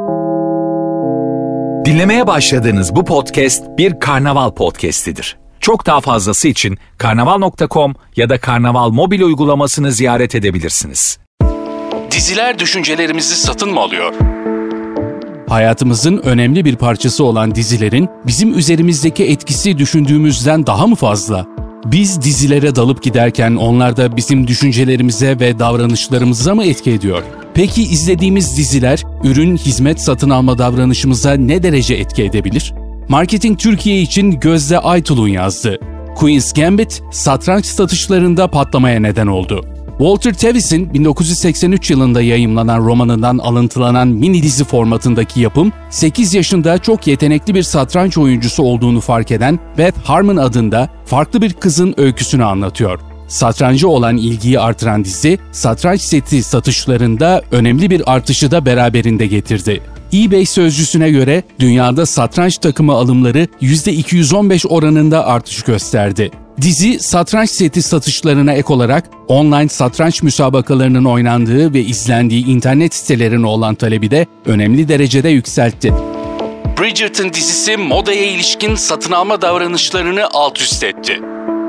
Dinlemeye başladığınız bu podcast bir Karnaval podcastidir. Çok daha fazlası için karnaval.com ya da Karnaval mobil uygulamasını ziyaret edebilirsiniz. Diziler düşüncelerimizi satın mı alıyor? Hayatımızın önemli bir parçası olan dizilerin bizim üzerimizdeki etkisi düşündüğümüzden daha mı fazla? Biz dizilere dalıp giderken onlar da bizim düşüncelerimize ve davranışlarımıza mı etki ediyor? Peki izlediğimiz diziler ürün, hizmet satın alma davranışımıza ne derece etki edebilir? Marketing Türkiye için Gözde Aytul'un yazdığı Queen's Gambit satranç satışlarında patlamaya neden oldu. Walter Tevis'in 1983 yılında yayımlanan romanından alıntılanan mini dizi formatındaki yapım, 8 yaşında çok yetenekli bir satranç oyuncusu olduğunu fark eden Beth Harmon adında farklı bir kızın öyküsünü anlatıyor. Satranca olan ilgiyi artıran dizi, satranç seti satışlarında önemli bir artışı da beraberinde getirdi. eBay sözcüsüne göre dünyada satranç takımı alımları %215 oranında artış gösterdi. Dizi, satranç seti satışlarına ek olarak online satranç müsabakalarının oynandığı ve izlendiği internet sitelerine olan talebi de önemli derecede yükseltti. Bridgerton dizisi modaya ilişkin satın alma davranışlarını alt üst etti.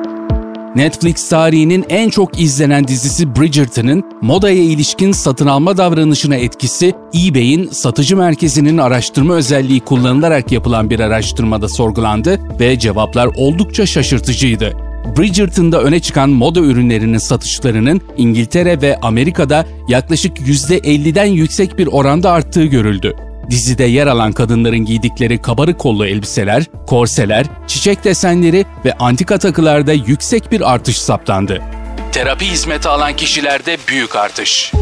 Netflix tarihinin en çok izlenen dizisi Bridgerton'ın modaya ilişkin satın alma davranışına etkisi eBay'in satıcı merkezinin araştırma özelliği kullanılarak yapılan bir araştırmada sorgulandı ve cevaplar oldukça şaşırtıcıydı. Bridgerton'da öne çıkan moda ürünlerinin satışlarının İngiltere ve Amerika'da yaklaşık %50'den yüksek bir oranda arttığı görüldü. Dizide yer alan kadınların giydikleri kabarık kollu elbiseler, korseler, çiçek desenleri ve antika takılarda yüksek bir artış saptandı. Terapi hizmeti alan kişilerde büyük artış.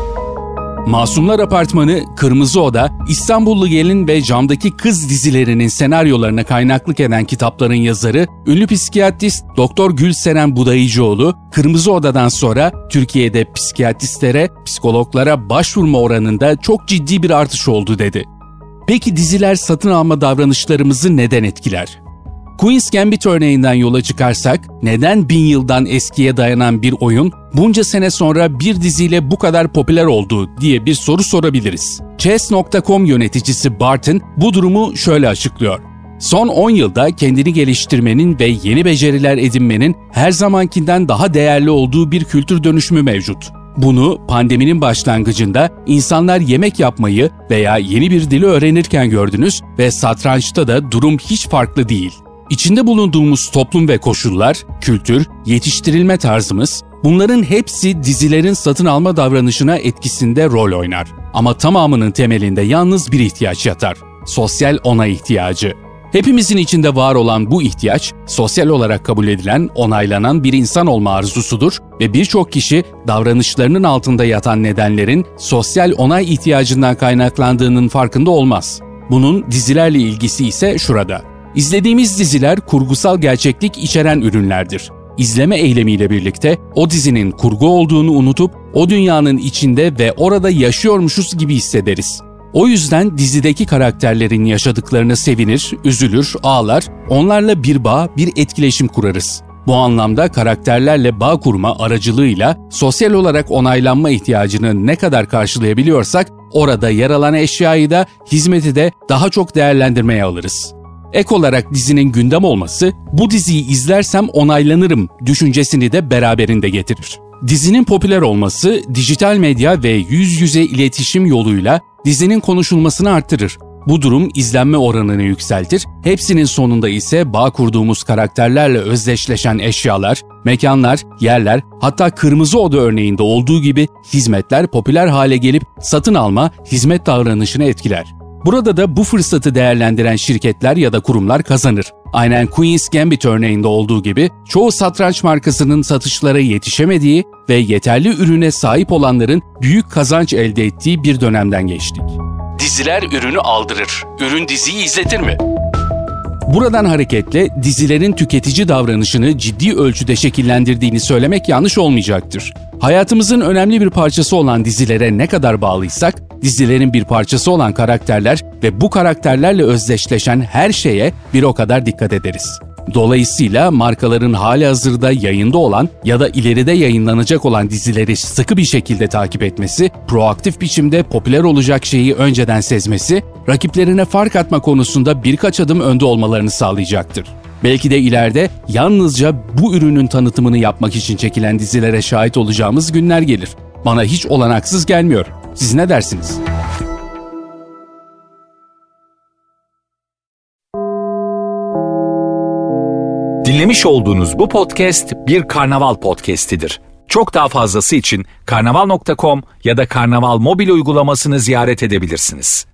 Masumlar Apartmanı, Kırmızı Oda, İstanbullu Gelin ve Camdaki Kız dizilerinin senaryolarına kaynaklık eden kitapların yazarı, ünlü psikiyatrist Dr. Gülseren Budayıcıoğlu, Kırmızı Oda'dan sonra Türkiye'de psikiyatristlere, psikologlara başvurma oranında çok ciddi bir artış oldu dedi. Peki diziler satın alma davranışlarımızı neden etkiler? Queen's Gambit örneğinden yola çıkarsak, neden 1000 yıldan eskiye dayanan bir oyun bunca sene sonra bir diziyle bu kadar popüler oldu diye bir soru sorabiliriz. Chess.com yöneticisi Barton bu durumu şöyle açıklıyor. Son 10 yılda kendini geliştirmenin ve yeni beceriler edinmenin her zamankinden daha değerli olduğu bir kültür dönüşümü mevcut. Bunu pandeminin başlangıcında insanlar yemek yapmayı veya yeni bir dili öğrenirken gördünüz ve satrançta da durum hiç farklı değil. İçinde bulunduğumuz toplum ve koşullar, kültür, yetiştirilme tarzımız, bunların hepsi dizilerin satın alma davranışına etkisinde rol oynar. Ama tamamının temelinde yalnız bir ihtiyaç yatar. Sosyal onay ihtiyacı. Hepimizin içinde var olan bu ihtiyaç, sosyal olarak kabul edilen, onaylanan bir insan olma arzusudur ve birçok kişi davranışlarının altında yatan nedenlerin sosyal onay ihtiyacından kaynaklandığının farkında olmaz. Bunun dizilerle ilgisi ise şurada. İzlediğimiz diziler kurgusal gerçeklik içeren ürünlerdir. İzleme eylemiyle birlikte o dizinin kurgu olduğunu unutup o dünyanın içinde ve orada yaşıyormuşuz gibi hissederiz. O yüzden dizideki karakterlerin yaşadıklarına sevinir, üzülür, ağlar, onlarla bir bağ, bir etkileşim kurarız. Bu anlamda karakterlerle bağ kurma aracılığıyla sosyal olarak onaylanma ihtiyacını ne kadar karşılayabiliyorsak orada yer alan eşyayı da hizmeti de daha çok değerlendirmeye alırız. Ek olarak dizinin gündem olması, bu diziyi izlersem onaylanırım düşüncesini de beraberinde getirir. Dizinin popüler olması, dijital medya ve yüz yüze iletişim yoluyla dizinin konuşulmasını arttırır. Bu durum izlenme oranını yükseltir, hepsinin sonunda ise bağ kurduğumuz karakterlerle özdeşleşen eşyalar, mekanlar, yerler, hatta Kırmızı Oda örneğinde olduğu gibi hizmetler popüler hale gelip satın alma, hizmet davranışını etkiler. Burada da bu fırsatı değerlendiren şirketler ya da kurumlar kazanır. Aynen Queen's Gambit örneğinde olduğu gibi çoğu satranç markasının satışlara yetişemediği ve yeterli ürüne sahip olanların büyük kazanç elde ettiği bir dönemden geçtik. Diziler ürünü aldırır. Ürün diziyi izletir mi? Buradan hareketle dizilerin tüketici davranışını ciddi ölçüde şekillendirdiğini söylemek yanlış olmayacaktır. Hayatımızın önemli bir parçası olan dizilere ne kadar bağlıysak, dizilerin bir parçası olan karakterler ve bu karakterlerle özdeşleşen her şeye bir o kadar dikkat ederiz. Dolayısıyla markaların halihazırda yayında olan ya da ileride yayınlanacak olan dizileri sıkı bir şekilde takip etmesi, proaktif biçimde popüler olacak şeyi önceden sezmesi, rakiplerine fark atma konusunda birkaç adım önde olmalarını sağlayacaktır. Belki de ileride yalnızca bu ürünün tanıtımını yapmak için çekilen dizilere şahit olacağımız günler gelir. Bana hiç olanaksız gelmiyor. Siz ne dersiniz? Dinlemiş olduğunuz bu podcast bir Karnaval podcastidir. Çok daha fazlası için karnaval.com ya da Karnaval mobil uygulamasını ziyaret edebilirsiniz.